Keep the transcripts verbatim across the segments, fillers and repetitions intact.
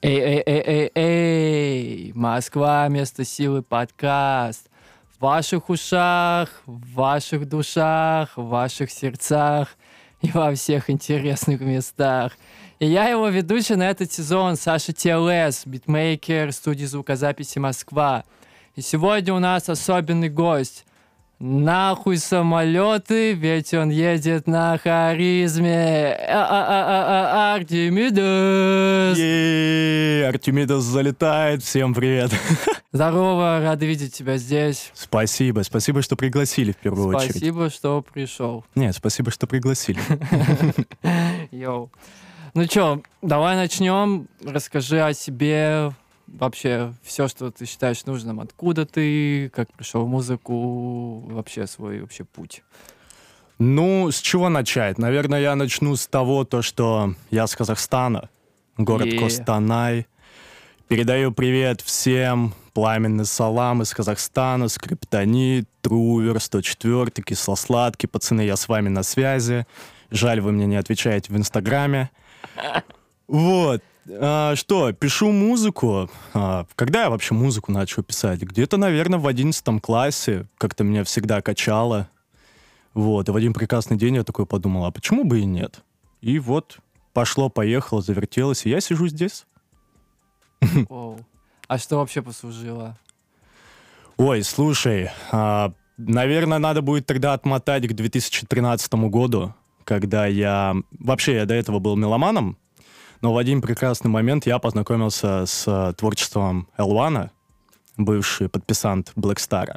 Эй, эй, эй, эй, эй, Москва, место силы, подкаст. В ваших ушах, в ваших душах, в ваших сердцах и во всех интересных местах. И я его ведущий на этот сезон, Саша ти эл эс, битмейкер студии звукозаписи Москва. И сегодня у нас особенный гость. Нахуй самолеты, ведь он едет на харизме. А-а-а-а-а, Артемидас. Еее, Артемидас залетает. Всем привет. Здорово, рады видеть тебя здесь. Спасибо, спасибо, что пригласили в первую Спасибо, очередь. Спасибо, что пришел. Нет, спасибо, что пригласили. Йоу. Ну чё, давай начнем. Расскажи о себе. Вообще, все, что ты считаешь нужным, откуда ты, как пришел в музыку, вообще свой вообще путь. Ну, с чего начать? Наверное, я начну с того, то, что я с Казахстана, город Yeah. Костанай. Передаю привет всем, пламенный салам из Казахстана, Скриптонит, Трувер, сто четыре, Кисло-сладкий. Пацаны, я с вами на связи. Жаль, вы мне не отвечаете в Инстаграме. Вот. А, что, пишу музыку. А, когда я вообще музыку начал писать? Где-то, наверное, в одиннадцатом классе. Как-то меня всегда качало. Вот. И в один прекрасный день я такой подумал, а почему бы и нет? И вот пошло-поехало, завертелось, и я сижу здесь. Оу. А что вообще послужило? Ой, слушай, а, наверное, надо будет тогда отмотать к две тысячи тринадцатому году, когда я... Вообще, я до этого был меломаном. Но в один прекрасный момент я познакомился с uh, творчеством Элвана, бывший подписант Блэкстара.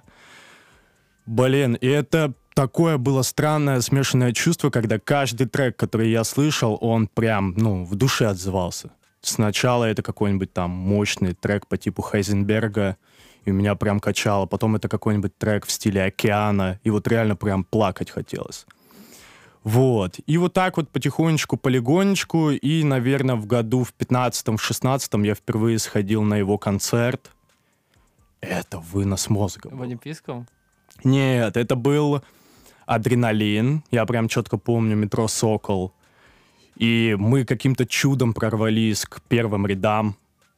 Блин, и это такое было странное смешанное чувство, когда каждый трек, который я слышал, он прям, ну, в душе отзывался. Сначала это какой-нибудь там мощный трек по типу Хайзенберга, и меня прям качало. Потом это какой-нибудь трек в стиле Океана, и вот реально прям плакать хотелось. Вот. И вот так вот потихонечку, полигонечку, и, наверное, в году в пятнадцатом, в шестнадцатом я впервые сходил на его концерт. Это вынос мозга был. В Олимпийском? Нет, это был Адреналин. Я прям четко помню, метро «Сокол». И мы каким-то чудом прорвались к первым рядам.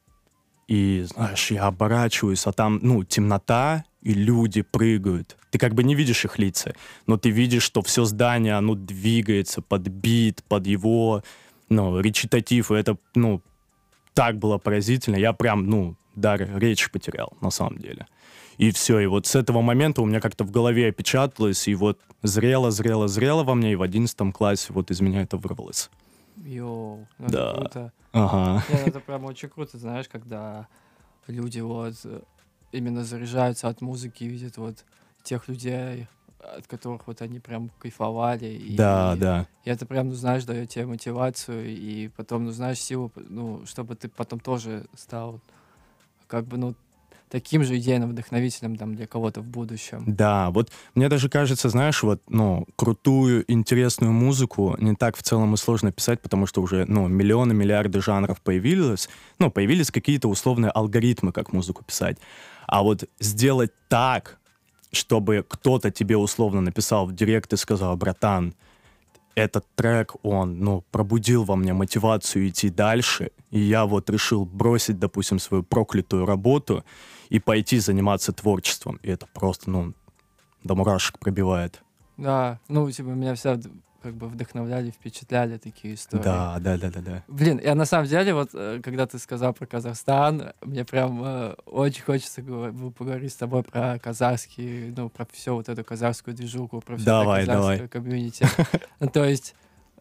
И, знаешь, я оборачиваюсь, а там, ну, темнота, и люди прыгают. Ты как бы не видишь их лица, но ты видишь, что все здание, оно двигается под бит, под его, ну, речитатив, и это, ну, так было поразительно. Я прям, ну, дар речи потерял, на самом деле. И все, и вот с этого момента у меня как-то в голове опечаталось, и вот зрело, зрело, зрело во мне, и в одиннадцатом классе вот из меня это вырвалось. Йоу, ну Да. это круто. Ага. Нет, это прям очень круто, знаешь, когда люди вот именно заряжаются от музыки, видят вот тех людей, от которых вот они прям кайфовали. И, Да, и, да. И это прям, ну, знаешь, дает тебе мотивацию, и потом, ну, знаешь, силу, ну, чтобы ты потом тоже стал как бы, ну, таким же идейным вдохновителем там для кого-то в будущем. Да, вот мне даже кажется, знаешь, вот, ну, крутую, интересную музыку не так в целом и сложно писать, потому что уже, ну, миллионы, миллиарды жанров появилось, ну, появились какие-то условные алгоритмы, как музыку писать. А вот сделать так, чтобы кто-то тебе условно написал в директ и сказал, братан, этот трек, он, ну, пробудил во мне мотивацию идти дальше, и я вот решил бросить, допустим, свою проклятую работу и пойти заниматься творчеством. И это просто, ну, до мурашек пробивает. Да, ну, типа, меня всегда как бы вдохновляли, впечатляли такие истории. Да, да, да, да, да. Блин, я на самом деле, вот, э, когда ты сказал про Казахстан, мне прям э, очень хочется говор- поговорить с тобой про казахский, ну, про всю вот эту казахскую движуху, про все Давай, это казахское давай. комьюнити. Ну, то есть,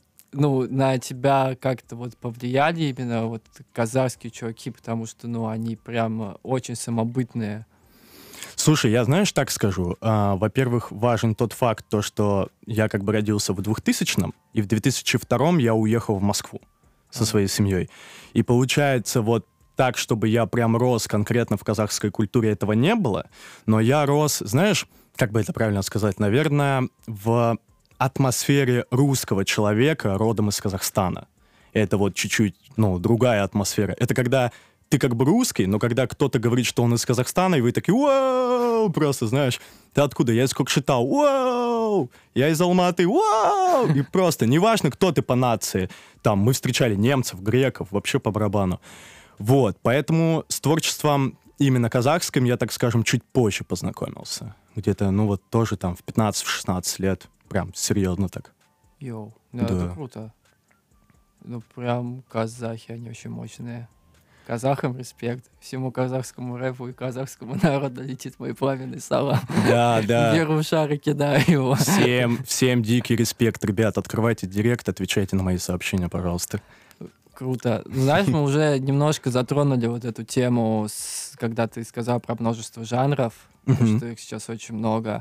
ну, на тебя как-то вот повлияли именно вот казахские чуваки, потому что, ну, они прям очень самобытные. Слушай, я, знаешь, так скажу. А, во-первых, важен тот факт, то, что я как бы родился в двухтысячном, и в две тысячи втором я уехал в Москву со своей семьей. И получается вот так, чтобы я прям рос конкретно в казахской культуре, этого не было, но я рос, знаешь, как бы это правильно сказать, наверное, в атмосфере русского человека родом из Казахстана. Это вот чуть-чуть, ну, другая атмосфера. Это когда ты как бы русский, но когда кто-то говорит, что он из Казахстана, и вы такие, вау, просто, знаешь, ты откуда? Я из Кокшетау, вау, я из Алматы, вау, и просто, неважно, кто ты по нации, там, мы встречали немцев, греков, вообще по барабану. Вот, поэтому с творчеством именно казахским я, так скажем, чуть позже познакомился. Где-то, ну вот тоже там в пятнадцать-шестнадцать лет. Прям серьезно так. Йоу, да, Да. это круто. Ну, прям казахи, они очень мощные. Казахам респект. Всему казахскому рэпу и казахскому народу летит мой пламенный салам. Да, да. Беру шар и кидаю его. Всем, всем дикий респект, ребят. Открывайте директ, отвечайте на мои сообщения, пожалуйста. Круто. Знаешь, мы уже немножко затронули вот эту тему, с, когда ты сказал про множество жанров, потому Мгм. что их сейчас очень много.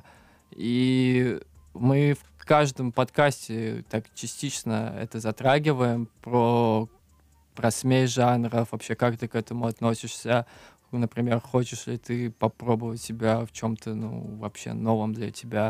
И мы в каждом подкасте так частично это затрагиваем, про, про смесь жанров, вообще как ты к этому относишься. Например, хочешь ли ты попробовать себя в чем-то, ну, вообще новом для тебя?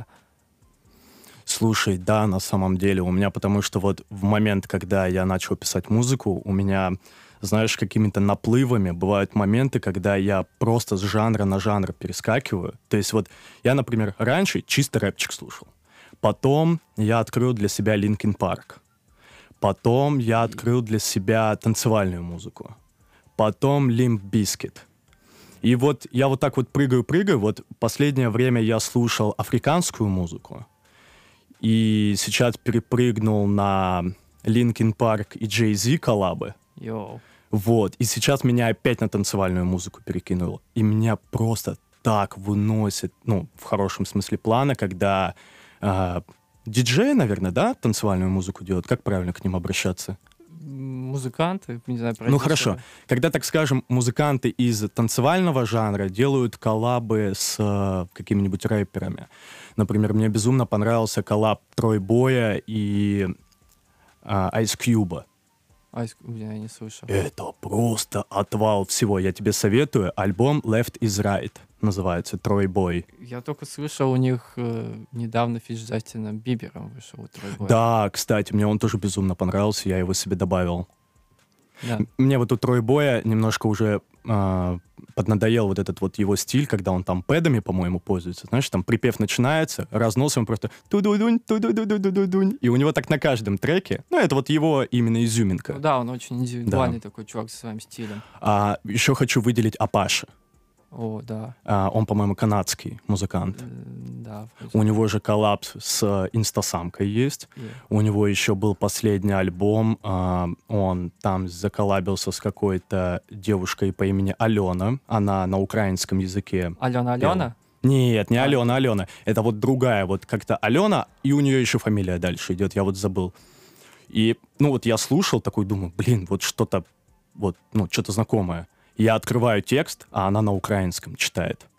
Слушай, да, на самом деле у меня, потому что вот в момент, когда я начал писать музыку, у меня, знаешь, какими-то наплывами бывают моменты, когда я просто с жанра на жанр перескакиваю. То есть вот я, например, раньше чисто рэпчик слушал. Потом я открыл для себя Линкин Парк. Потом я открыл для себя танцевальную музыку. Потом Limp Bizkit. И вот я вот так вот прыгаю-прыгаю. Вот последнее время я слушал африканскую музыку. И сейчас перепрыгнул на Линкин Парк и Jay-Z коллабы. Йоу. Вот. И сейчас меня опять на танцевальную музыку перекинуло. И меня просто так выносит, ну, в хорошем смысле плана, когда э, диджеи, наверное, да, танцевальную музыку делают. Как правильно к ним обращаться? Музыканты, не знаю, Ну продюсеры. хорошо. Когда, так скажем, музыканты из танцевального жанра делают коллабы с э, какими-нибудь рэперами. Например, мне безумно понравился коллаб Трой Боя и э, Ice Cube. Айс, я не слышал. Это просто отвал всего. Я тебе советую. Альбом Left is Right называется, Трой Бой. Я только слышал, у них э, недавно фиш с Джастином Бибером вышел. у Трой Боя. Да, кстати, мне он тоже безумно понравился, я его себе добавил. Да. М- Мне вот у Трой Боя немножко уже э, поднадоел вот этот вот его стиль, когда он там пэдами, по-моему, пользуется. Знаешь, там припев начинается, разнос он просто ту-ду-дунь, ту-ду-ду-ду-ду-дунь. И у него так на каждом треке. Ну, это вот его именно изюминка. Ну да, он очень индивидуальный такой чувак со своим стилем. А еще хочу выделить Апаши. О, да. А, он, по-моему, канадский музыкант. М, Да. вроде. У него же коллаб с э, Инстасамкой есть. Е- У него еще был последний альбом. а, он там заколлабился с какой-то девушкой по имени Алена. Она на украинском языке. Алена, Алена? Нет, не А. Алена, Алена. Это вот другая, вот как-то Алена, и у нее еще фамилия дальше идет, я вот забыл. И, ну вот я слушал, такой думаю, блин, вот что-то, вот, ну, что-то знакомое. Я открываю текст, а она на украинском читает.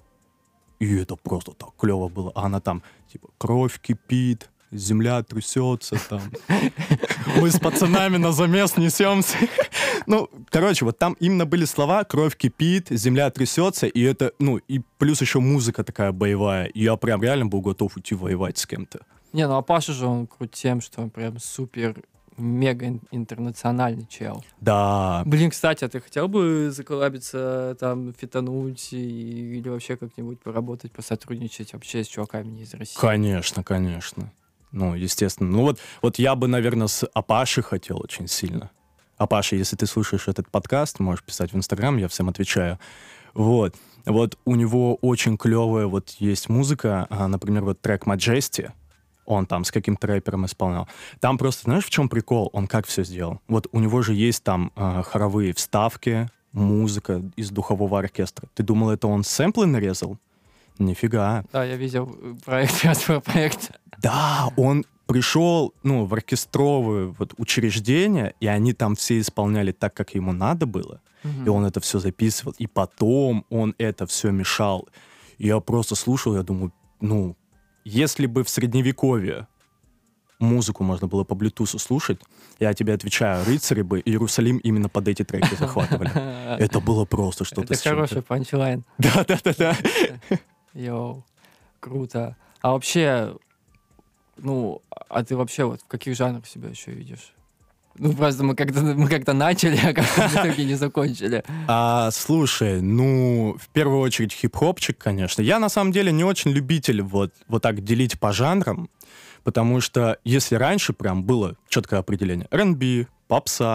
И это просто так клево было. А она там, типа, кровь кипит, земля трясется там. Мы с пацанами на замес несемся. Ну, короче, вот там именно были слова «кровь кипит», «земля трясется», и это, ну, и плюс еще музыка такая боевая. И я прям реально был готов уйти воевать с кем-то. Не, ну а Паша же он крут тем, что он прям супер мега ин- интернациональный чел. Да, Блин, кстати, а ты хотел бы заколлабиться, там, фитануть и- или вообще как-нибудь поработать, посотрудничать вообще с чуваками не из России? конечно, конечно. Ну, естественно. Ну вот, вот я бы, наверное, с Апашей хотел очень сильно. Апаша, если ты слушаешь этот подкаст, можешь писать в Инстаграм, я всем отвечаю. Вот. Вот у него очень клевая вот есть музыка, а, например, вот трек Majesty, он там с каким-то рэпером исполнял. Там просто, знаешь, в чем прикол? Он как все сделал? Вот у него же есть там а, хоровые вставки, музыка из духового оркестра. Ты думал, это он сэмплы нарезал? Нифига. Да, я видел э, проект, разбор проекта. Да, он пришел, ну, в оркестровое вот учреждение, и они там все исполняли так, как ему надо было. И он это все записывал. И потом он это все мешал. И я просто слушал, я думаю, ну, если бы в Средневековье музыку можно было по Bluetooth слушать, я тебе отвечаю, рыцари бы Иерусалим именно под эти треки захватывали. Это было просто что-то Это с чем-то. хороший панчлайн. Да-да-да-да. Йоу, круто. А вообще, ну, а ты вообще вот в каких жанрах себя еще видишь? Ну, просто мы как-то мы как-то начали, а как-то в итоге не закончили. А, слушай, ну, в первую очередь хип-хопчик, конечно. Я, на самом деле, не очень любитель вот, вот так делить по жанрам, потому что если раньше прям было четкое определение эр энд би, попса,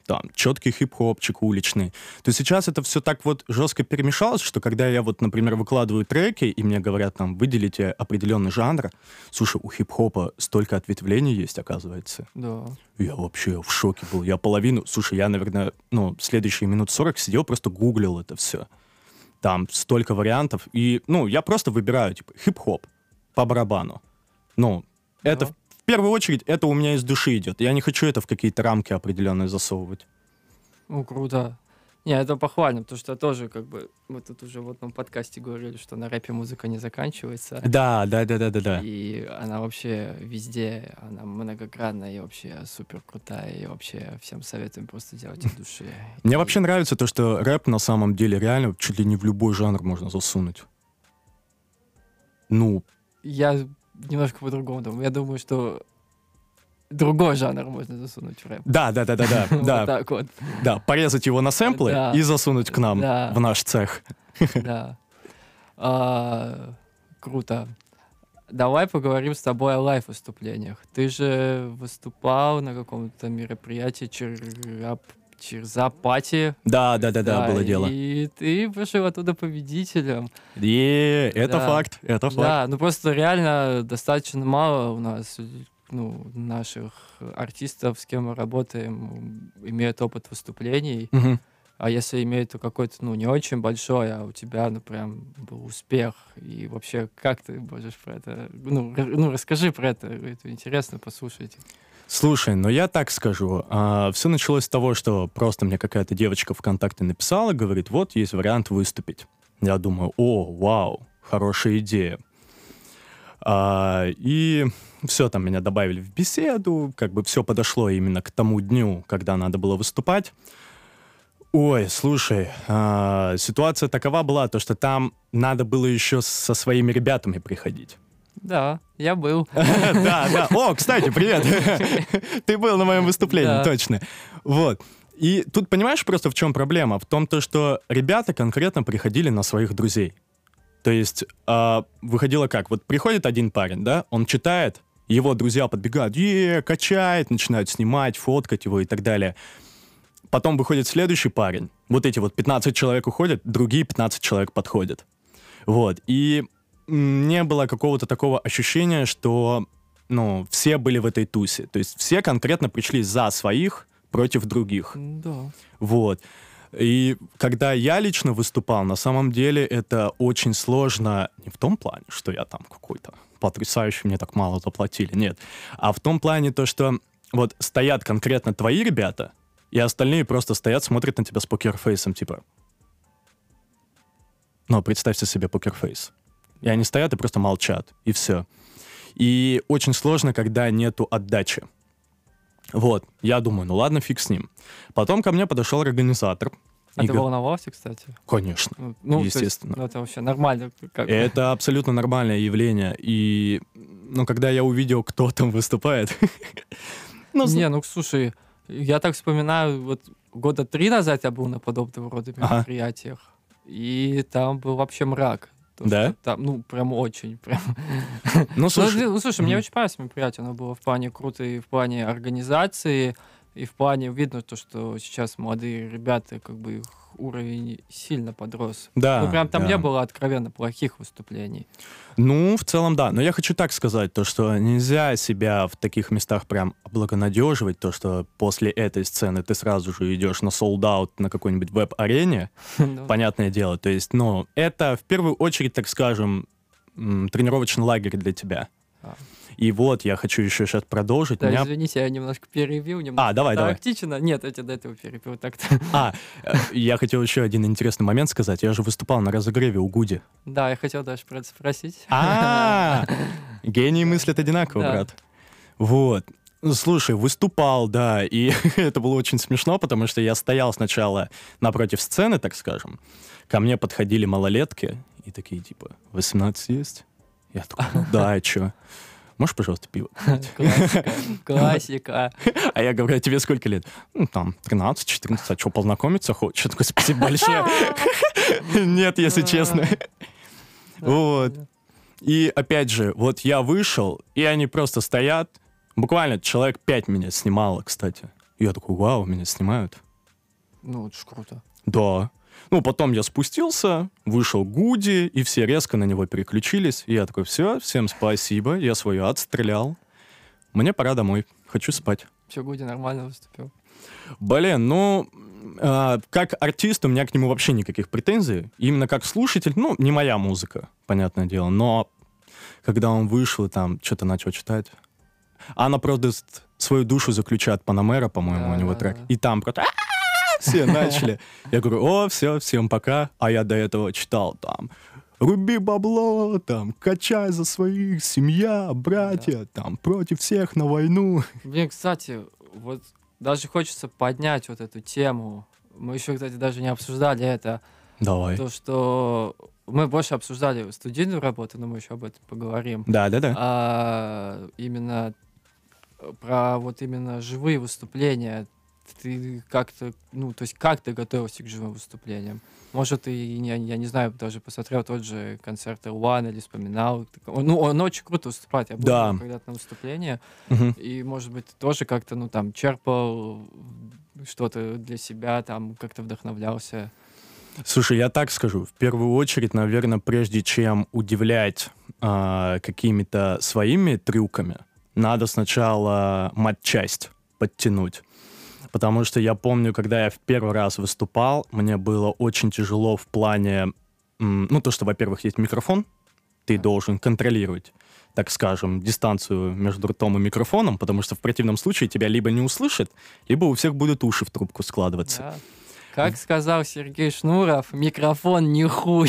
там, четкий хип-хопчик уличный, то сейчас это все так вот жестко перемешалось, что когда я вот, например, выкладываю треки, и мне говорят, там, выделите определенный жанр, слушай, у хип-хопа столько ответвлений есть, оказывается. Да. Я вообще в шоке был. Я половину, слушай, я, наверное, ну, следующие минут сорок сидел, просто гуглил это все. Там столько вариантов. И, ну, я просто выбираю, типа, хип-хоп по барабану. Ну, Да. это в первую очередь, это у меня из души идет. Я не хочу это в какие-то рамки определенные засовывать. Ну, круто. Не, это похвально, потому что тоже, как бы, мы тут уже в одном подкасте говорили, что на рэпе музыка не заканчивается. Да, да, да, да, да, да. И она вообще везде, она многогранная и вообще супер крутая. И вообще всем советуем просто делать от души. Мне И- вообще нравится то, что рэп на самом деле реально чуть ли не в любой жанр можно засунуть. Ну, Я немножко по-другому думаю. Я думаю, что другой жанр можно засунуть в рэп. да, да, да, да, да, Вот да, так вот, да, порезать его на сэмплы Да. и засунуть к нам Да. в наш цех. да. А, Круто. Давай поговорим с тобой о лайв-выступлениях. Ты же выступал на каком-то мероприятии Чирап... Чирзапати. Да, да, да, да, было дело. И ты вышел оттуда победителем. Е, это Да. факт, это факт. Да, ну просто реально достаточно мало у нас, ну, наших артистов, с кем мы работаем, имеют опыт выступлений. Мгм. А если имеют, то какой-то, ну, не очень большой, а у тебя, ну, прям был успех. И вообще, как ты можешь про это... Ну, р- ну расскажи про это, это интересно послушать. Слушай, ну я так скажу. все началось с того, что просто мне какая-то девочка ВКонтакте написала, говорит, вот есть вариант выступить. Я думаю, о, вау, хорошая идея. А, и все, там меня добавили в беседу, как бы все подошло именно к тому дню, когда надо было выступать. Ой, слушай, а, ситуация такова была, то, что там надо было еще со своими ребятами приходить. Да, я был. Да, да. О, кстати, привет. Ты был на моем выступлении, Да. точно. Вот. И тут понимаешь просто в чем проблема? В том, то, что ребята конкретно приходили на своих друзей. То есть а, выходило как? Вот приходит один парень, да, он читает, его друзья подбегают, е, качает, начинают снимать, фоткать его и так далее. Потом выходит следующий парень, вот эти вот пятнадцать человек уходят, другие пятнадцать человек подходят. Вот. И м, не было какого-то такого ощущения, что, ну, все были в этой тусе. То есть все конкретно пришли за своих против других. Да. Вот. И когда я лично выступал, на самом деле это очень сложно не в том плане, что я там какой-то потрясающий, мне так мало заплатили, нет. А в том плане то, что вот стоят конкретно твои ребята, и остальные просто стоят, смотрят на тебя с покерфейсом, типа... Ну, представьте себе покерфейс. И они стоят и просто молчат, и все. И очень сложно, когда нету отдачи. Вот, я думаю, ну ладно, фиг с ним. Потом ко мне подошел организатор. А и ты го- волновался, кстати? Конечно. Ну, ну, то есть, Естественно. ну, это вообще нормально. Как бы. Это абсолютно нормальное явление. И, ну, когда я увидел, кто там выступает... ну, с- Не, ну слушай, я так вспоминаю, вот года три назад я был на подобного рода Ага. мероприятиях, и там был вообще мрак. То, Да? что Там, ну, прям очень, прям. Ну, Ну, слушай, блин, ну, слушай, мне мгм. очень понравилось мероприятие, оно было в плане круто и в плане организации, и в плане видно то, что сейчас молодые ребята, как бы их уровень сильно подрос. да. Ну, прям там да. не было откровенно плохих выступлений. Ну, в целом, да. Но я хочу так сказать, то, что нельзя себя в таких местах прям облагонадеживать, то, что после этой сцены ты сразу же идешь на солд-аут на какой-нибудь веб-арене, Ну, понятное дело. То есть, ну, это в первую очередь, так скажем, м, тренировочный лагерь для тебя. А. И вот я хочу еще сейчас продолжить. Да, Меня- извините, я немножко перебил, немножко А, давай, давай. тактично. Нет, я тебя до этого перебил так-то. А, э, я хотел еще один интересный момент сказать. Я же выступал на разогреве у Гуди. Да, я хотел даже про это спросить. А, гении мыслят одинаково, Да. брат. Вот. Ну, слушай, выступал, да, и это было очень смешно, потому что я стоял сначала напротив сцены, так скажем. Ко мне подходили малолетки и такие, типа, восемнадцать есть? Я такой, ну да, и чё? Можешь, пожалуйста, пиво? Классика. Классика. А я говорю, а тебе сколько лет? Ну, там, тринадцать-четырнадцать. А что, познакомиться хочешь? Я такой, спасибо большое. Нет, если честно. Вот. И опять же, вот я вышел, и они просто стоят. Буквально человек пять меня снимало, кстати. И я такой, вау, меня снимают. Ну, это ж круто. Да. Ну, потом я спустился, вышел Гуди, и все резко на него переключились. И я такой, все, всем спасибо, я свое отстрелял. Мне пора домой, хочу спать. Че, Гуди нормально выступил? Блин, ну, э, как артист у меня к нему вообще никаких претензий. Именно как слушатель, ну, не моя музыка, понятное дело. Но когда он вышел и там что-то начал читать... Она продаст свою душу заключает Панамера, по-моему, Да, у него да, трек. да. И там просто все начали. Я говорю, о, все, всем пока. А я до этого читал там руби бабло, там, качай за своих, семья, братья, там, против всех на войну. Блин, кстати, вот даже хочется поднять вот эту тему. Мы еще, кстати, даже не обсуждали это. Давай. То, что мы больше обсуждали студийную работу, но мы еще об этом поговорим. Да-да-да. А именно про вот именно живые выступления. Ты как-то, ну, то есть как ты готовился к живым выступлениям? Может, ты, я, я не знаю, даже посмотрел тот же концерт эл один или вспоминал. Ну, он очень круто выступает. Я был Да. когда-то на выступлении. Мгм. И, может быть, ты тоже как-то, ну, там, черпал что-то для себя, там, как-то вдохновлялся. Слушай, я так скажу. В первую очередь, наверное, прежде чем удивлять а, какими-то своими трюками, надо сначала матчасть подтянуть. Потому что я помню, когда я в первый раз выступал, мне было очень тяжело в плане... м, Ну, то, что, во-первых, есть микрофон, ты должен контролировать, так скажем, дистанцию между ртом и микрофоном, потому что в противном случае тебя либо не услышат, либо у всех будут уши в трубку складываться. Да. Как сказал Сергей Шнуров, микрофон не хуй.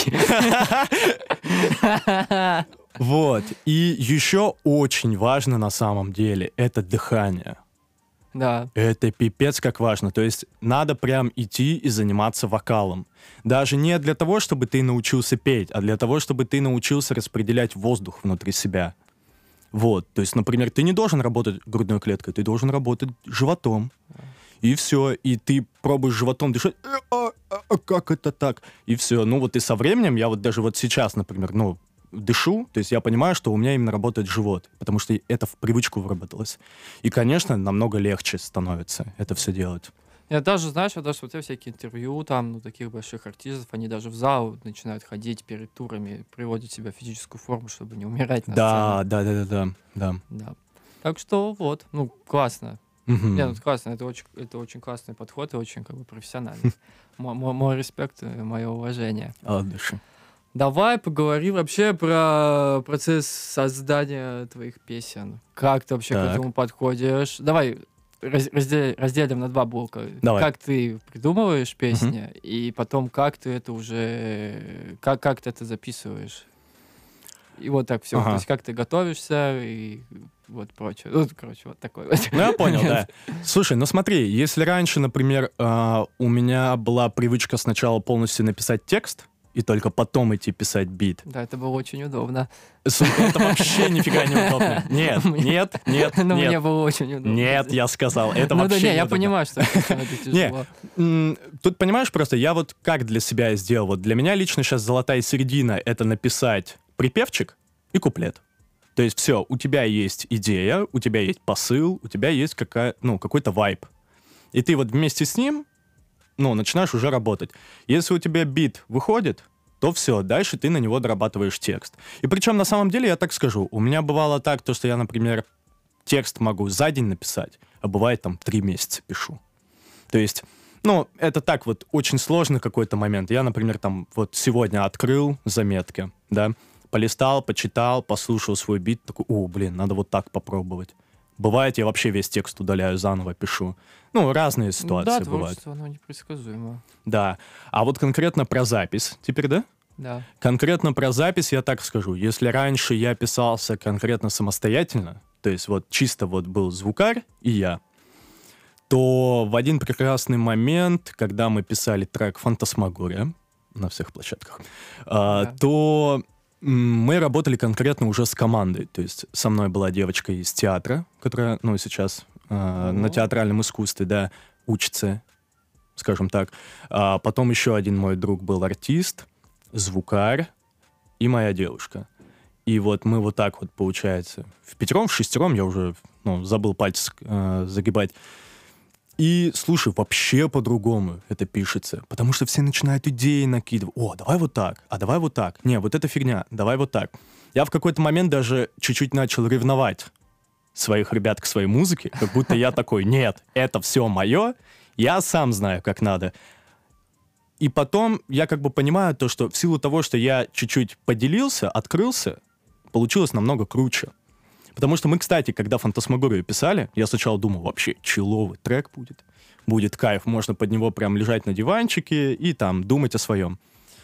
Вот. И еще очень важно на самом деле это дыхание. Да. Это пипец как важно. То есть надо прям идти и заниматься вокалом. Даже не для того, чтобы ты научился петь, а для того, чтобы ты научился распределять воздух внутри себя. Вот. То есть, например, ты не должен работать грудной клеткой, ты должен работать животом. И все. И ты пробуешь животом дышать. «Э, а, а, а как это так? И все. Ну вот и со временем, я вот даже вот сейчас, например, ну, дышу, то есть я понимаю, что у меня именно работает живот, потому что это в привычку выработалось. И, конечно, намного легче становится это все делать. Я даже, знаешь, я даже смотрел всякие интервью там, ну, таких больших артистов, они даже в зал начинают ходить перед турами, приводят себя в физическую форму, чтобы не умирать на Да, сцене. да, да, да, да, да. Да. Так что вот, ну, классно. Мгм. Не, ну, это классно, это очень, это очень классный подход и очень, как бы, профессиональный. Мо- мо- Мой респект и мое уважение. От души. Давай поговорим вообще про процесс создания твоих песен. Как ты вообще к Так. этому подходишь? Давай раз- разделим, разделим на два блока. Давай. Как ты придумываешь песни, и потом как ты это уже... Как, как ты это записываешь? И вот так все. Ага. То есть как ты готовишься и вот прочее. Ну, короче, вот такой вот. Ну, я понял, да. Слушай, ну смотри, если раньше, например, а, у меня была привычка сначала полностью написать текст, и только потом идти писать бит. Да, это было очень удобно. Слушай, это вообще нифига не удобно. Нет, Мне- нет, нет, Но мне нет. было очень удобно. Нет, я сказал, это Ну да, вообще не, я неудобно. понимаю, что это Не, тяжело. М, Тут, понимаешь, просто я вот как для себя сделал. Вот для меня лично сейчас золотая середина — это написать припевчик и куплет. То есть все, у тебя есть идея, у тебя есть посыл, у тебя есть какая, ну, какой-то вайб. И ты вот вместе с ним, ну, начинаешь уже работать. Если у тебя бит выходит, то все, дальше ты на него дорабатываешь текст. И причем, на самом деле, я так скажу, у меня бывало так, то, что я, например, текст могу за день написать, а бывает там три месяца пишу. То есть, ну, это так вот очень сложный какой-то момент. Я, например, там вот сегодня открыл заметки, да, полистал, почитал, послушал свой бит, такой, о, блин, надо вот так попробовать. Бывает, я вообще весь текст удаляю, заново пишу. Ну, разные ситуации Да, бывают. творчество, оно непредсказуемо. Да. А вот конкретно про запись теперь, да? Да. Конкретно про запись я так скажу. Если раньше я писался конкретно самостоятельно, то есть вот чисто вот был звукарь и я, то в один прекрасный момент, когда мы писали трек «Фантасмагория» на всех площадках, а, Да. то м, мы работали конкретно уже с командой. То есть со мной была девочка из театра, которая, ну, сейчас а, на О. театральном искусстве, да, учится, скажем так. А потом еще один мой друг был артист, звукарь и моя девушка. И вот мы вот так вот, получается, в пятером, в шестером, я уже, ну, забыл пальцы э, загибать. И, слушай, вообще по-другому это пишется. Потому что все начинают идеи накидывать. О, давай вот так, а давай вот так. Не, вот это фигня, давай вот так. Я в какой-то момент даже чуть-чуть начал ревновать своих ребят к своей музыке, как будто я такой, нет, это все мое, я сам знаю, как надо. И потом я как бы понимаю то, что в силу того, что я чуть-чуть поделился, открылся, получилось намного круче. Потому что мы, кстати, когда «Фантасмагорию» писали, я сначала думал, вообще, чилловый трек будет. Будет кайф, можно под него прям лежать на диванчике и там думать о своем.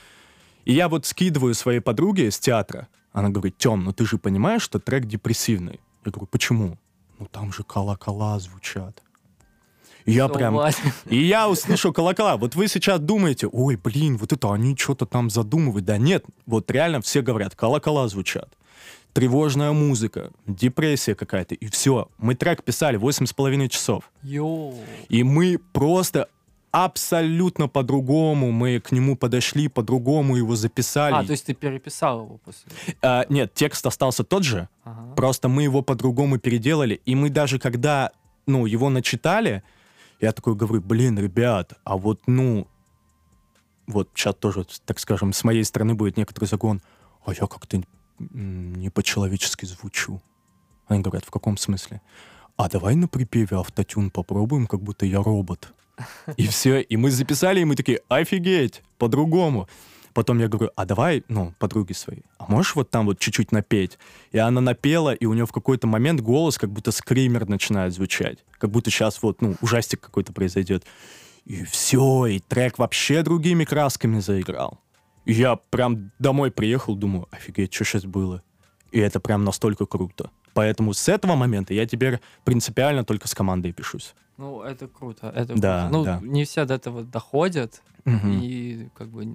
И я вот скидываю своей подруге с театра. Она говорит, Тём, ну ты же понимаешь, что трек депрессивный? Я говорю, почему? Ну там же колокола звучат. И я прям... И я услышал колокола. Вот вы сейчас думаете, ой, блин, вот это они что-то там задумывают. Да нет, вот реально все говорят, колокола звучат. Тревожная музыка, депрессия какая-то, и все. Мы трек писали восемь с половиной часов. Йоу. И мы просто абсолютно по-другому, мы к нему подошли, по-другому его записали. А, то есть ты переписал его после? А, нет, текст остался тот же, ага. Просто мы его по-другому переделали, и мы даже когда, ну, его начитали, я такой говорю, блин, ребят, а вот, ну, вот сейчас тоже, так скажем, с моей стороны будет некоторый загон, а я как-то не по-человечески звучу. Они говорят, в каком смысле? А давай на припеве автотюн попробуем, как будто я робот. И все, и мы записали, и мы такие, офигеть, по-другому. Потом я говорю, а давай, ну, подруги свои, а можешь вот там вот чуть-чуть напеть? И она напела, и у нее в какой-то момент голос как будто скример начинает звучать. Как будто сейчас вот, ну, ужастик какой-то произойдет. И все, и трек вообще другими красками заиграл. И я прям домой приехал, думаю, офигеть, что сейчас было? И это прям настолько круто. Поэтому с этого момента я теперь принципиально только с командой пишусь. Ну, это круто. Это да, круто. Ну, да. не все до этого доходят, угу. и как бы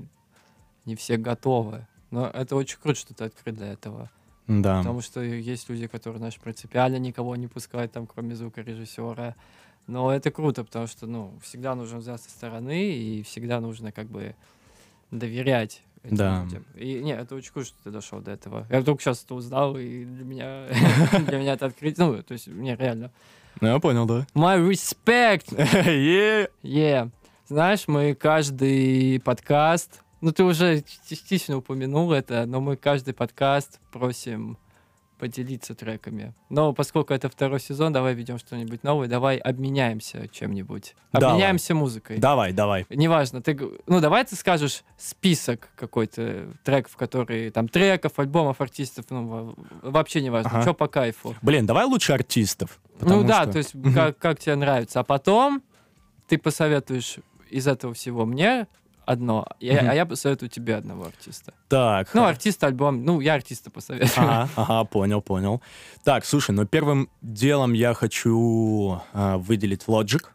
не все готовы. Но это очень круто, что ты открыт для этого. Да. Потому что есть люди, которые, знаешь, принципиально никого не пускают, там, кроме звукорежиссера. Но это круто, потому что, ну, всегда нужно взять со стороны, и всегда нужно как бы доверять этим да. людям. И нет, это очень круто, что ты дошел до этого. Я только сейчас это узнал, и для меня, для меня это открытие. Ну, то есть, мне реально. Ну, я понял, да. My respect! Yeah! Yeah. Знаешь, мы каждый подкаст, ну, ты уже частично упомянул это, но мы каждый подкаст просим поделиться треками. Но поскольку это второй сезон, давай ведем что-нибудь новое, давай обменяемся чем-нибудь. Давай. Обменяемся музыкой. Давай, давай. Неважно, ты, ну давай ты скажешь список какой-то треков, которые, там, треков, альбомов, артистов, ну, вообще неважно, ага. Что по кайфу. Блин, давай лучше артистов. Ну да, что... то есть как, как тебе нравится. А потом ты посоветуешь из этого всего мне одно, я, mm-hmm. а я посоветую тебе одного артиста. Так. Ну, артист, альбом, ну, я артиста посоветую. Ага, ага, понял, понял. Так, слушай, ну, первым делом я хочу а, выделить Logic.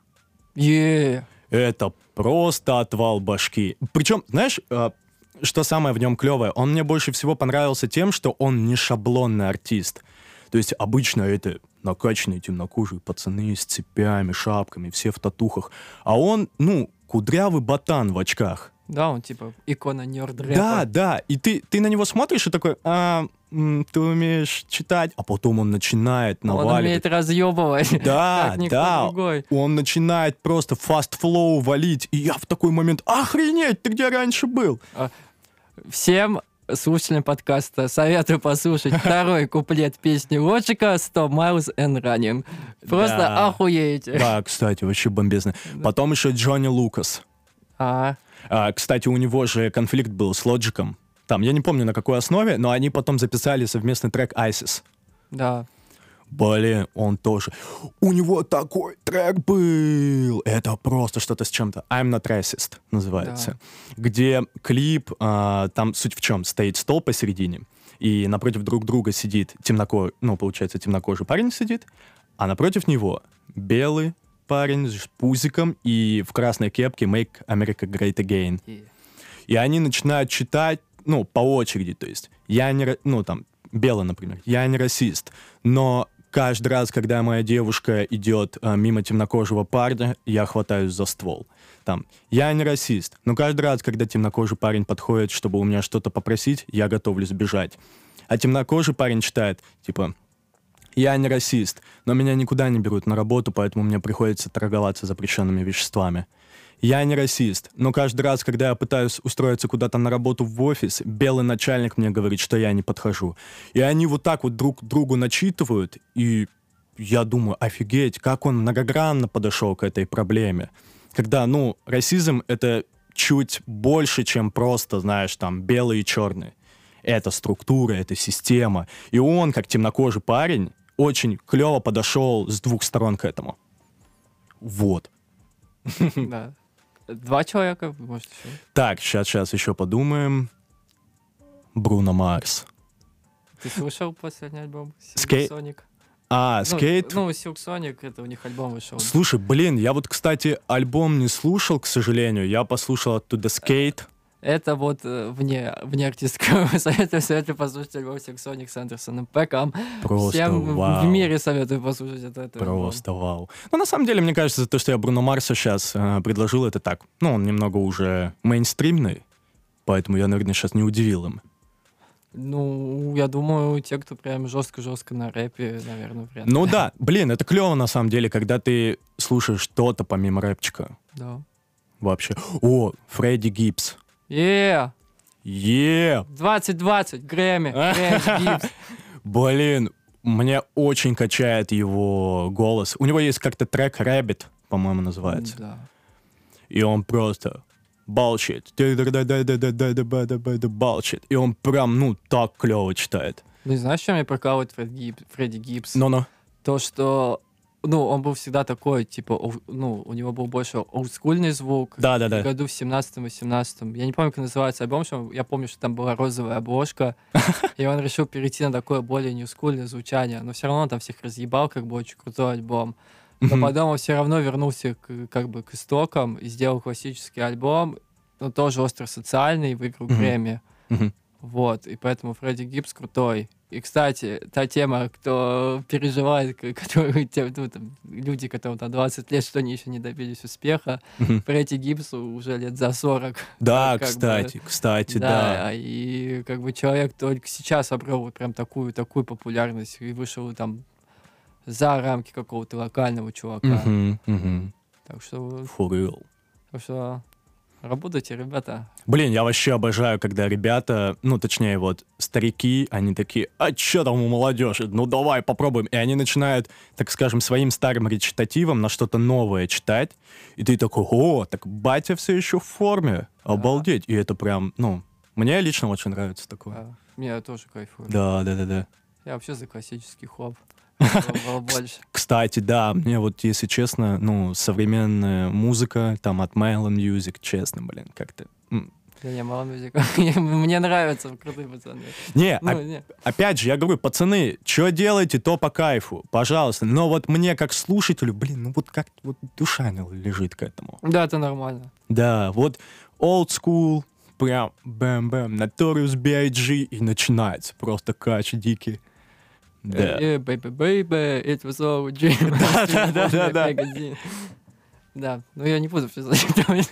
Yeah. Это просто отвал башки. Причем, знаешь, а, что самое в нем клевое? Он мне больше всего понравился тем, что он не шаблонный артист. То есть обычно это накачанные темнокожие пацаны с цепями, шапками, все в татухах. А он, ну, кудрявый ботан в очках. Да, он типа икона нерд-рэпа. Да, да. И ты, ты на него смотришь и такой, а, м, ты умеешь читать. А потом он начинает наваливать. Он умеет разъебывать. Да, да. Другой. Он начинает просто фаст-флоу валить. И я в такой момент, охренеть, ты где раньше был? Всем слушателям подкаста советую послушать второй куплет песни Лоджика «сто Miles and Running». Просто да. охуеете. Да, кстати, вообще бомбезно. Да. Потом еще Джонни Лукас. А. А, кстати, у него же конфликт был с Лоджиком. Там, я не помню на какой основе, но они потом записали совместный трек «Айсис». Да. Блин, он тоже. У него такой трек был. Это просто что-то с чем-то. I'm not racist называется. Да. Где клип, а, там суть в чем? Стоит стол посередине, и напротив друг друга сидит темнокожий, ну, получается, темнокожий парень сидит, а напротив него белый парень с пузиком и в красной кепке Make America Great Again. Yeah. И они начинают читать, ну, по очереди, то есть я не, ну, там, белый, например, я не расист, но каждый раз, когда моя девушка идет а, мимо темнокожего парня, я хватаюсь за ствол. Там, я не расист, но каждый раз, когда темнокожий парень подходит, чтобы у меня что-то попросить, я готовлюсь бежать. А темнокожий парень читает, типа, Я не расист, но меня никуда не берут на работу, поэтому мне приходится торговаться запрещенными веществами. Я не расист, но каждый раз, когда я пытаюсь устроиться куда-то на работу в офис, белый начальник мне говорит, что я не подхожу. И они вот так вот друг другу начитывают, и я думаю, офигеть, как он многогранно подошел к этой проблеме. Когда, ну, расизм — это чуть больше, чем просто, знаешь, там, белый и черный. Это структура, это система. И он, как темнокожий парень, очень клево подошел с двух сторон к этому. Вот. Да. Два человека, может, еще. Так, сейчас, сейчас еще подумаем. Бруно Марс. Ты слушал последний альбом? Скей- Silk Sonic? А, Ну, Скейт? Ну, Silk Sonic, это у них альбом вышел. Слушай, блин, я вот, кстати, альбом не слушал, к сожалению. Я послушал оттуда Скейт. Это вот э, вне, вне артистского совета, советую послушать альбом Silk Sonic с Андерсоном Пэком. Просто Всем вау. в мире советую послушать это. это Просто альбом. Вау. Ну, на самом деле, мне кажется, то, что я Бруно Марса сейчас э, предложил, это так. Ну, он немного уже мейнстримный, поэтому я, наверное, сейчас не удивил им. Ну, я думаю, те, кто прям жестко-жестко на рэпе, наверное, вряд ли. Ну да, блин, это клево на самом деле, когда ты слушаешь что-то помимо рэпчика. Да. Вообще. О, Фредди Гибс. Е! Е! двадцать двадцать, Грэмми, Фредди Гибс. Блин, мне очень качает его голос. У него есть как-то трек «Rabbit», по-моему, называется. Да. И он просто bullshit. Bullshit. И он прям, ну, так клево читает. Ну, и знаешь, что меня прокалывает Фред Гиб- Фредди Гибс? Ну-ну. То, что, ну, он был всегда такой, типа, ол- ну, у него был больше олдскульный звук. Да-да-да. В году в семнадцатом-восемнадцатом. Я не помню, как называется альбом, что я помню, что там была розовая обложка, и он решил перейти на такое более ньюскульное звучание. Но все равно он там всех разъебал, как бы очень крутой альбом. Но Мгм. потом он все равно вернулся к, как бы к истокам и сделал классический альбом, но тоже остро-социальный, и выиграл Мгм. Грэмми. Мгм. Вот, и поэтому Фредди Гибс крутой. И, кстати, та тема, кто переживает, к- которые, те- ну, там, люди, которым там двадцать лет, что они еще не добились успеха, Мгм. Фредди Гибсу уже лет за сорок. Да, как бы, кстати, кстати, да. Да, и как бы человек только сейчас обрел вот прям такую, такую популярность и вышел там за рамки какого-то локального чувака. Мгм, мгм. Так что, For real. так что работайте, ребята. Блин, я вообще обожаю, когда ребята, ну, точнее, вот, старики, они такие, а чё там у молодежи? Ну, давай попробуем. И они начинают, так скажем, своим старым речитативом на что-то новое читать. И ты такой, о, так батя все еще в форме. Обалдеть. И это прям, ну, мне лично очень нравится такое. А, Меня тоже кайфует. Да, да, да, да. Я вообще за классический хлоп. Было было больше. Кстати, да, мне вот, если честно, ну, современная музыка, там, от Melon Music, честно, блин, как-то... м. Да не, мало музыка. Мне нравятся крутые пацаны. Не, Ну, оп- не. опять же, я говорю, пацаны, что делаете, то по кайфу, пожалуйста. Но вот мне, как слушателю, блин, ну вот как вот душа не лежит к этому. Да, это нормально. Да, вот old school, прям бэм-бэм, Notorious би ай джи, и начинается просто кач дикий. Да. Э, baby, baby, it was all a dream. Да-да-да-да-да. Магазин. Да, ну я не буду все зачитывать.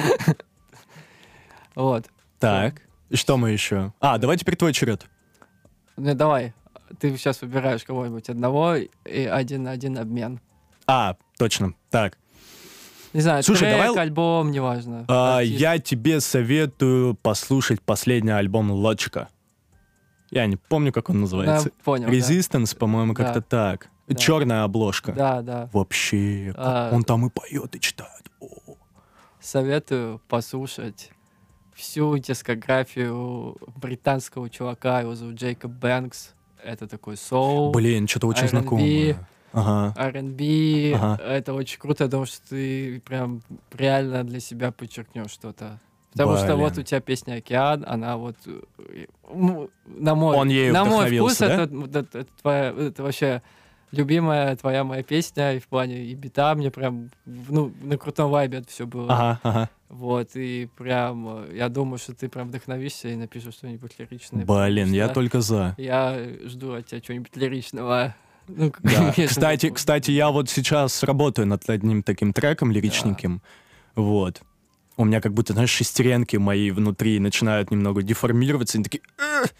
Вот. Так, и что мы еще? А, давай теперь твой черед. Ну давай, ты сейчас выбираешь кого-нибудь одного и один на один обмен. А, точно, так. Не знаю, Слушай, трек, давай- альбом, неважно. А, Артист. я тебе советую послушать последний альбом Лоджика. Я не помню, как он Да, называется. понял, да. Resistance, по-моему, Да. как-то так. Да. Черная обложка. Да, да. Вообще, А. он там и поет, и читает. О. Советую послушать всю дискографию британского чувака, его зовут Джейкоб Бэнкс. Это такой соул, Блин, что-то очень ар энд би. знакомое. Ага. ар энд би. Ага. Это очень круто, потому что ты прям реально для себя подчеркнешь что-то. Потому что Блин. вот у тебя песня «Океан», она вот, э, ну, на мой, Он ею на мой вкус, вдохновился, да? это, вот это- это твоя, это вообще любимая твоя моя песня, и в плане и бита мне прям, ну, на крутом вайбе это все было. Ага, ага. Вот, и прям, э, я думаю, что ты прям вдохновишься и напишешь что-нибудь лиричное. Блин, потому я что только за. Я жду от тебя чего-нибудь лиричного. Ну, как- Да. если Кстати, бы- кстати, я вот сейчас работаю над одним таким треком лиричненьким. Вот. У меня как будто, знаешь, шестеренки мои внутри начинают немного деформироваться. Они такие... «Эх,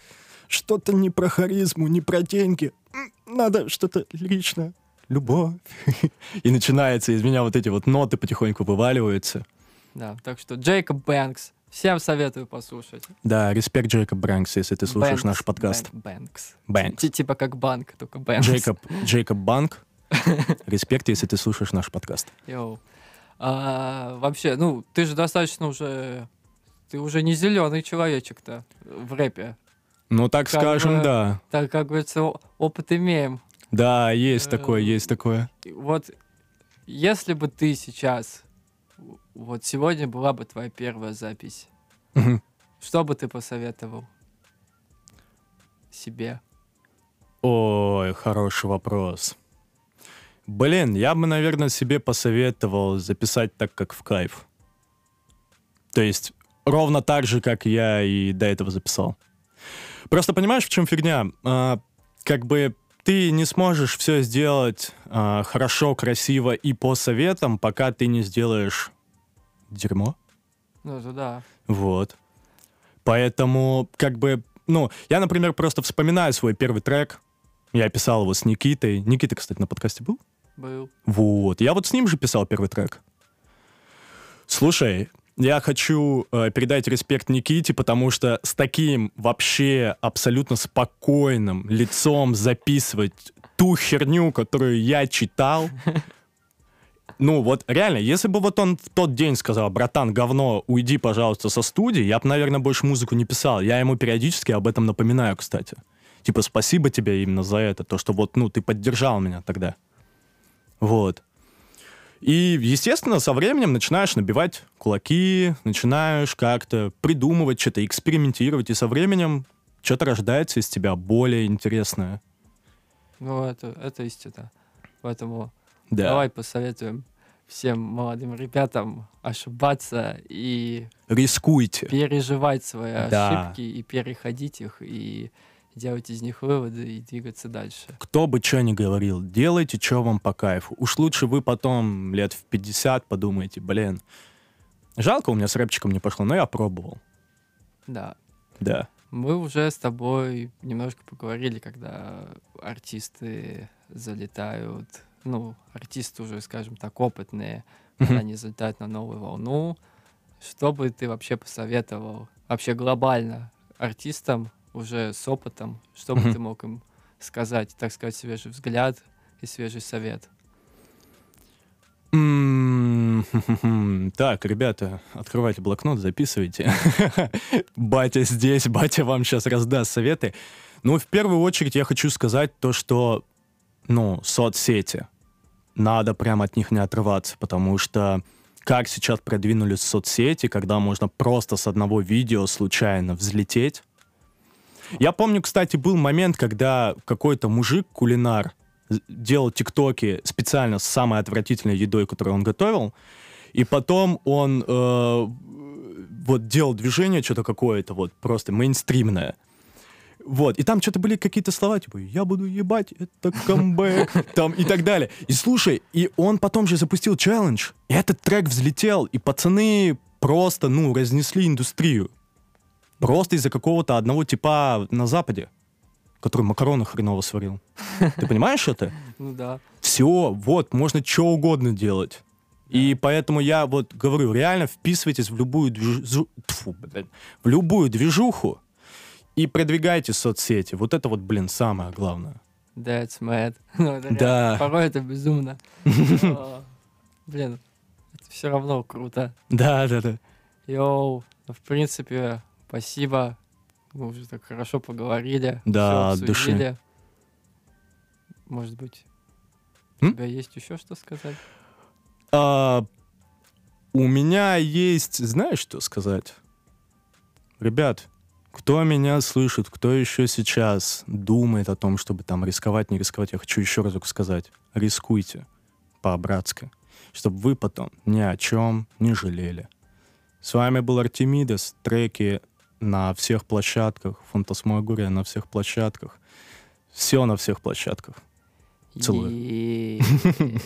что-то не про харизму, не про деньги. Надо что-то личное, любовь. И начинается, из меня вот эти вот ноты потихоньку вываливаются. Да, так что Джейкоб Бэнкс. Всем советую послушать. Да, респект Джейкоб Бэнкс, если ты слушаешь Бэнкс, наш подкаст. Бэн- Бэнкс. Бэнкс. Ти- Типа как банк, только Бэнкс. Джейкоб, Джейкоб Банк. Респект, если ты слушаешь наш подкаст. Йоу. А, вообще, ну, ты же достаточно уже... Ты уже не зеленый человечек-то в рэпе. Ну, так Как скажем, бы- да. Так, как говорится, о- опыт имеем. Да, есть Э, такое, есть такое. И Вот если бы ты сейчас... Вот сегодня была бы твоя первая запись. Мгм. Что бы ты посоветовал себе? Ой, хороший вопрос. Блин, я бы, наверное, себе посоветовал записать так, как в кайф. То есть ровно так же, как я и до этого записал. Просто понимаешь, в чем фигня? А, как бы ты не сможешь все сделать а, хорошо, красиво и по советам, пока ты не сделаешь дерьмо. Ну, это да. Вот. Поэтому, как бы, ну, я, например, просто вспоминаю свой первый трек. Я писал его с Никитой. Никита, кстати, на подкасте был? Был. Вот. Я вот с ним же писал первый трек. Слушай, я хочу э, передать респект Никите, потому что с таким вообще абсолютно спокойным лицом записывать ту херню, которую я читал. Ну, вот реально, если бы вот он в тот день сказал: братан, говно, уйди, пожалуйста, со студии, я бы, наверное, больше музыку не писал. Я ему периодически об этом напоминаю, кстати. Типа, спасибо тебе именно за это, то, что вот, ну, ты поддержал меня тогда. Вот. И, естественно, со временем начинаешь набивать кулаки, начинаешь как-то придумывать что-то, экспериментировать, и со временем что-то рождается из тебя более интересное. Ну, это, это истина. Поэтому Да. давай посоветуем всем молодым ребятам ошибаться и Рискуйте. переживать свои Да. ошибки, и переходить их, и делать из них выводы, и двигаться дальше. Кто бы что ни говорил, делайте, что вам по кайфу. Уж лучше вы потом лет в пятьдесят подумаете: блин, жалко, у меня с рэпчиком не пошло, но я пробовал. Да. Да. Мы уже с тобой немножко поговорили, когда артисты залетают, ну, артисты уже, скажем так, опытные, когда они залетают на новую волну. Что бы ты вообще посоветовал, вообще глобально, артистам уже с опытом, что бы Мгм. ты мог им сказать, так сказать, свежий взгляд и свежий совет? М, хм-хм-хм. Так, ребята, открывайте блокнот, записывайте. Батя здесь, батя вам сейчас раздаст советы. Ну, в первую очередь я хочу сказать то, что, ну, соцсети. Надо прям от них не отрываться, потому что как сейчас продвинулись соцсети, когда можно просто с одного видео случайно взлететь. Я помню, кстати, был момент, когда какой-то мужик-кулинар з- делал тиктоки специально с самой отвратительной едой, которую он готовил, и потом он э, вот делал движение что-то какое-то вот просто мейнстримное. Вот, и там что-то были какие-то слова, типа «я буду ебать, это камбэк», там и так далее. И слушай, и он потом же запустил челлендж, и этот трек взлетел, и пацаны просто, ну, разнесли индустрию. Просто из-за какого-то одного типа на Западе, который макароны хреново сварил. Ты понимаешь это? Ну да. Все, вот, можно что угодно делать. И поэтому я вот говорю, реально вписывайтесь в любую движу... Тьфу, блин. В любую движуху и продвигайте соцсети. Вот это вот, блин, самое главное. That's mad. Ну, это реально. Да. Порой это безумно. Но, блин, это все равно круто. Да, да, да. Йоу, ну, в принципе, спасибо. Мы уже так хорошо поговорили. Да, всё от души. обсудили. Может быть, М? у тебя есть еще что сказать? А, у меня есть, знаешь, что сказать? Ребят, кто меня слышит, кто еще сейчас думает о том, чтобы там рисковать, не рисковать, я хочу еще разок сказать. Рискуйте по-братски, чтобы вы потом ни о чем не жалели. С вами был Артемидес. Треки на всех площадках. Фантасмагория на всех площадках. Все на всех площадках. Целую. Е-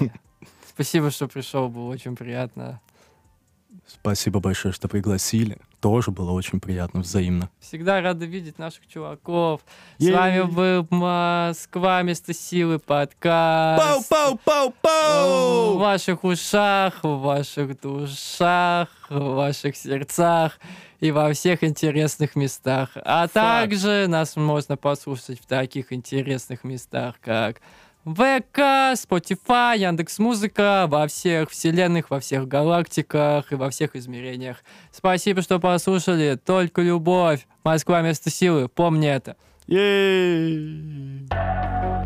Спасибо, что пришел, было очень приятно. Спасибо большое, что пригласили. тоже было очень приятно, взаимно. Всегда рады видеть наших чуваков. Е-е-е. С вами был Москва, место силы, подкаст. Пау-пау-пау-пау! В ваших ушах, в ваших душах, в ваших сердцах и во всех интересных местах. А Факт. также нас можно послушать в таких интересных местах, как ВК, Spotify, Яндекс.Музыка, во всех вселенных, во всех галактиках и во всех измерениях. Спасибо, что послушали. Только любовь. Москва, место силы. Помни это. Ей!